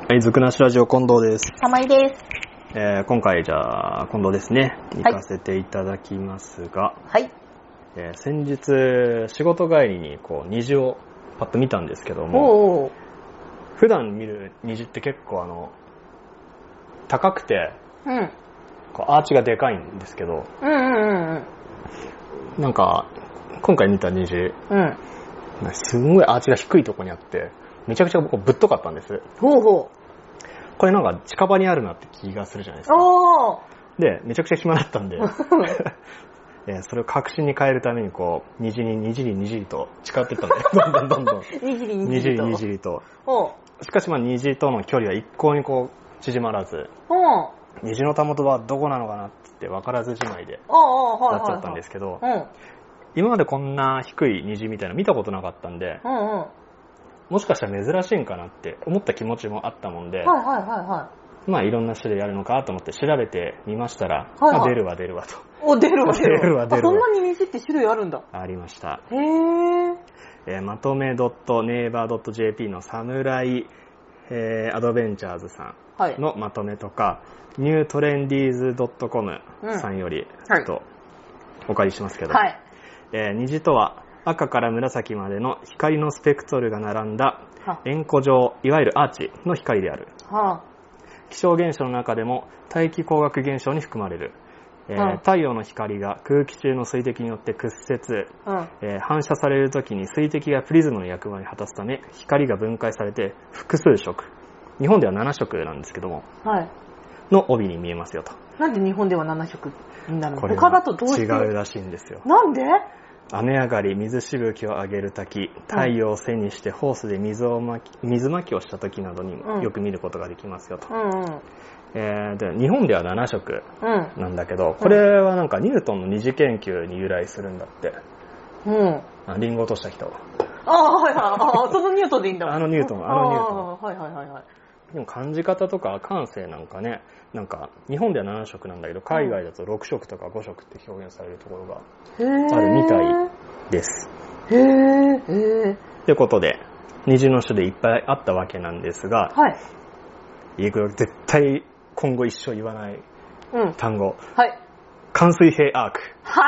はい、ずくなしラジオ近藤です。 玉井です。 今回じゃあ近藤ですね、行かせていただきますが、 はい。 先日仕事帰りにこう虹をパッと見たんですけども、普段見る虹って結構高くて、こうアーチがでかいんですけど、なんか今回見た虹、すんごいアーチが低いところにあって、めちゃくちゃぶっとかったんです。これなんか近場にあるなって気がするじゃないですか。で、めちゃくちゃ暇だったんで、それを確信に変えるためにこう、虹りと近寄っていったんで、どんどん。にじりと。しかし虹との距離は一向にこう、縮まらず、虹のたもとはどこなのかなって分からずじまいで、なっちゃったんですけど、今までこんな低い虹みたいなの見たことなかったんで、もしかしたら珍しいんかなって思った気持ちもあったもんで、まあいろんな種類あるのかと思って調べてみましたら、出るわと。 出るわ。そんなに虹って種類あるんだ。 ありました。 へー。 まとめ .naver.jp のサムライ、アドベンチャーズさんのまとめとか、newtrendies.com さんよりちょっとお借りしますけど、虹とは赤から紫までの光のスペクトルが並んだ円弧状、いわゆるアーチの光である。気象現象の中でも大気光学現象に含まれる。太陽の光が空気中の水滴によって屈折、反射されるときに水滴がプリズムの役割を果たすため光が分解されて複数色、日本では7色なんですけども、の帯に見えますよと。 なんで日本では7色になるの？ これ他だとどうして違うらしいんですよ。 なんで？ 雨上がり、水しぶきを上げる滝、太陽を背にしてホースで水まきをした時などにもよく見ることができますよと。で日本では7色なんだけど、これはなんかニュートンの二次研究に由来するんだって。リンゴ落とした人。 そのニュートンでいいんだ。 ニュートン。でも感じ方とか感性なんかね、なんか日本では7色なんだけど、海外だと6色とか5色って表現されるところがあるみたいです。ということで、虹の種でいっぱいあったわけなんですが、絶対今後一生言わない単語。環水平アーク。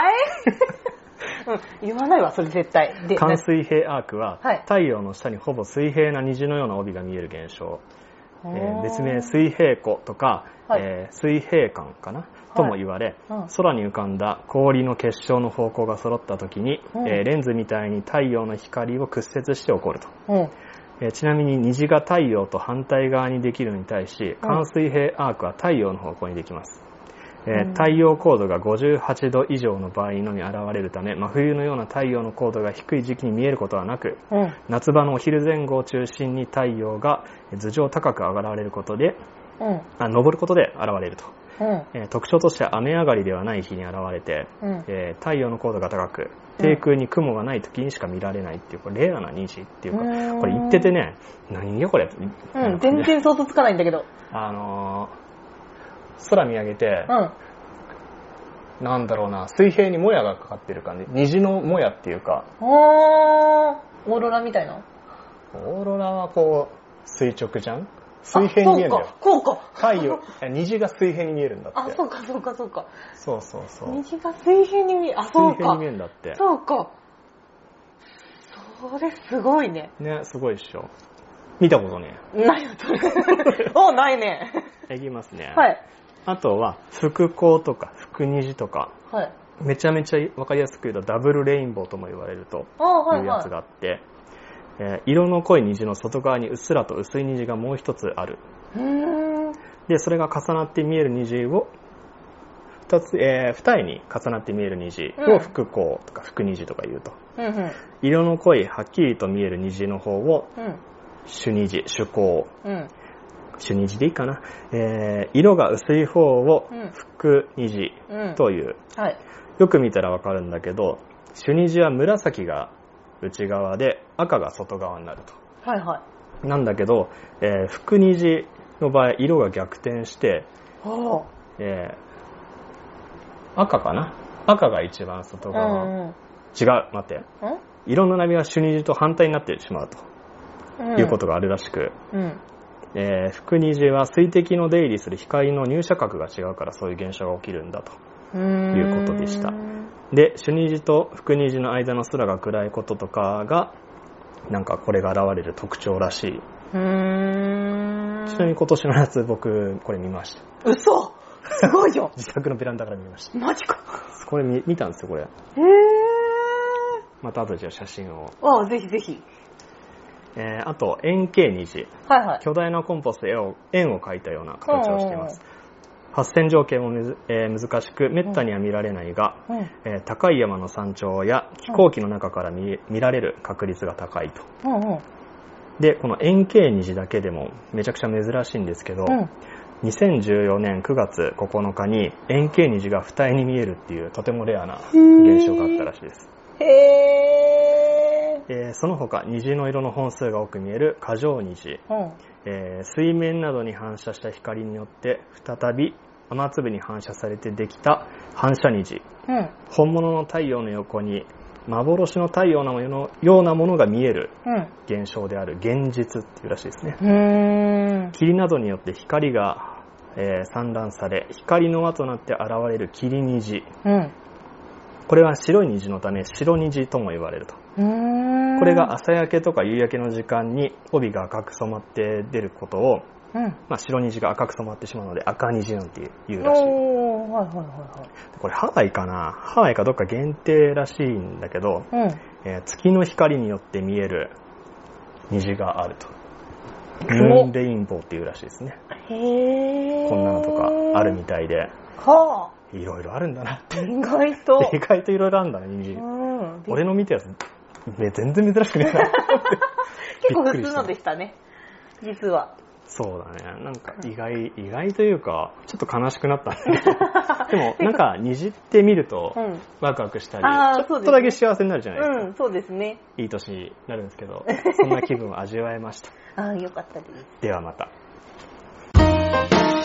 言わないわ、それ絶対。 環水平アークは、太陽の下にほぼ水平な虹のような帯が見える現象。別名水平湖とか、水平管かなとも言われ、空に浮かんだ氷の結晶の方向が揃った時に、レンズみたいに太陽の光を屈折して起こると。ちなみに虹が太陽と反対側にできるのに対し、環水平アークは太陽の方向にできます。太陽高度が58度以上の場合のみ現れるため、真冬のような太陽の高度が低い時期に見えることはなく、夏場のお昼前後を中心に太陽が頭上高く上がられることで、昇ることで現れると。特徴としては雨上がりではない日に現れて、太陽の高度が高く低空に雲がない時にしか見られないっていう、これレアな虹っていうか、これ言っててね、何よこれ、 全然想像つかないんだけど、 空見上げて、なんだろうな、水平にもやがかかってる感じ、虹のもやっていうか、 オーロラみたいな。 オーロラはこう垂直じゃん、水平に見えるんだよ。太陽、虹が水平に見えるんだって。 そうか。 そう。 虹が水平に見える。 水平に見えるんだって。 そうか。それすごいね。 ね、すごいっしょ。見たことねえ。ないよ、それ。ないね。 いきますね。あとは、福光とか、福虹とか、めちゃめちゃわかりやすく言うと、ダブルレインボーとも言われるというやつがあって、色の濃い虹の外側にうっすらと薄い虹がもう一つある。で、それが重なって見える虹を、二重に重なって見える虹を福光とか福虹とか言うと。色の濃いはっきりと見える虹の方を、主虹、主光。主虹でいいかな。色が薄い方を福虹という。よく見たらわかるんだけど、主虹は紫が内側で赤が外側になると。なんだけど、福虹の場合色が逆転して、赤かな、赤が一番外側、違う、待って、色の波が主虹と反対になってしまうということがあるらしく、 福虹は水滴の出入りする光の入射角が違うからそういう現象が起きるんだということでした。で、主虹と福虹の間の空が暗いこととかがなんかこれが現れる特徴らしい。ちなみに今年の夏僕これ見ました。 嘘、すごいよ。 自宅のベランダから見ました。 マジか。 これ見たんですよこれ。また後でじゃあ写真を。 ぜひぜひ。 あと円形虹、 はいはい、 巨大なコンパスで円を描いたような形をしています。発線条件も難しくめったには見られないが、高い山の山頂や飛行機の中から見られる確率が高いと。でこの円形虹だけでもめちゃくちゃ珍しいんですけど、2014年9月9日に円形虹が二重に見えるっていうとてもレアな現象があったらしいです。その他虹の色の本数が多く見える過剰虹、水面などに反射した光によって再び雨粒に反射されてできた反射虹、本物の太陽の横に幻の太陽のようなものが見える現象である幻日っていうらしいですね。霧などによって光が、散乱され光の輪となって現れる霧虹、これは白い虹のため白虹とも言われると。これが朝焼けとか夕焼けの時間に帯が赤く染まって出ることを、白虹が赤く染まってしまうので赤虹なんて言うらしい。これハワイかな、ハワイかどっか限定らしいんだけど、月の光によって見える虹があると。ムーンレインボーっていうらしいですね。こんなのとかあるみたいで、いろいろあるんだなって。意外といろいろあるんだね、虹。俺の見たやつ全然珍しくねえな。 結構普通のでしたね、実は。 そうだね、なんか意外というかちょっと悲しくなったんだけどでもなんか虹って見るとワクワクしたり、ちょっとだけ幸せになるじゃないですか。 そうですね。 いい年になるんですけど、そんな気分を味わえました。 よかったです。 ではまた。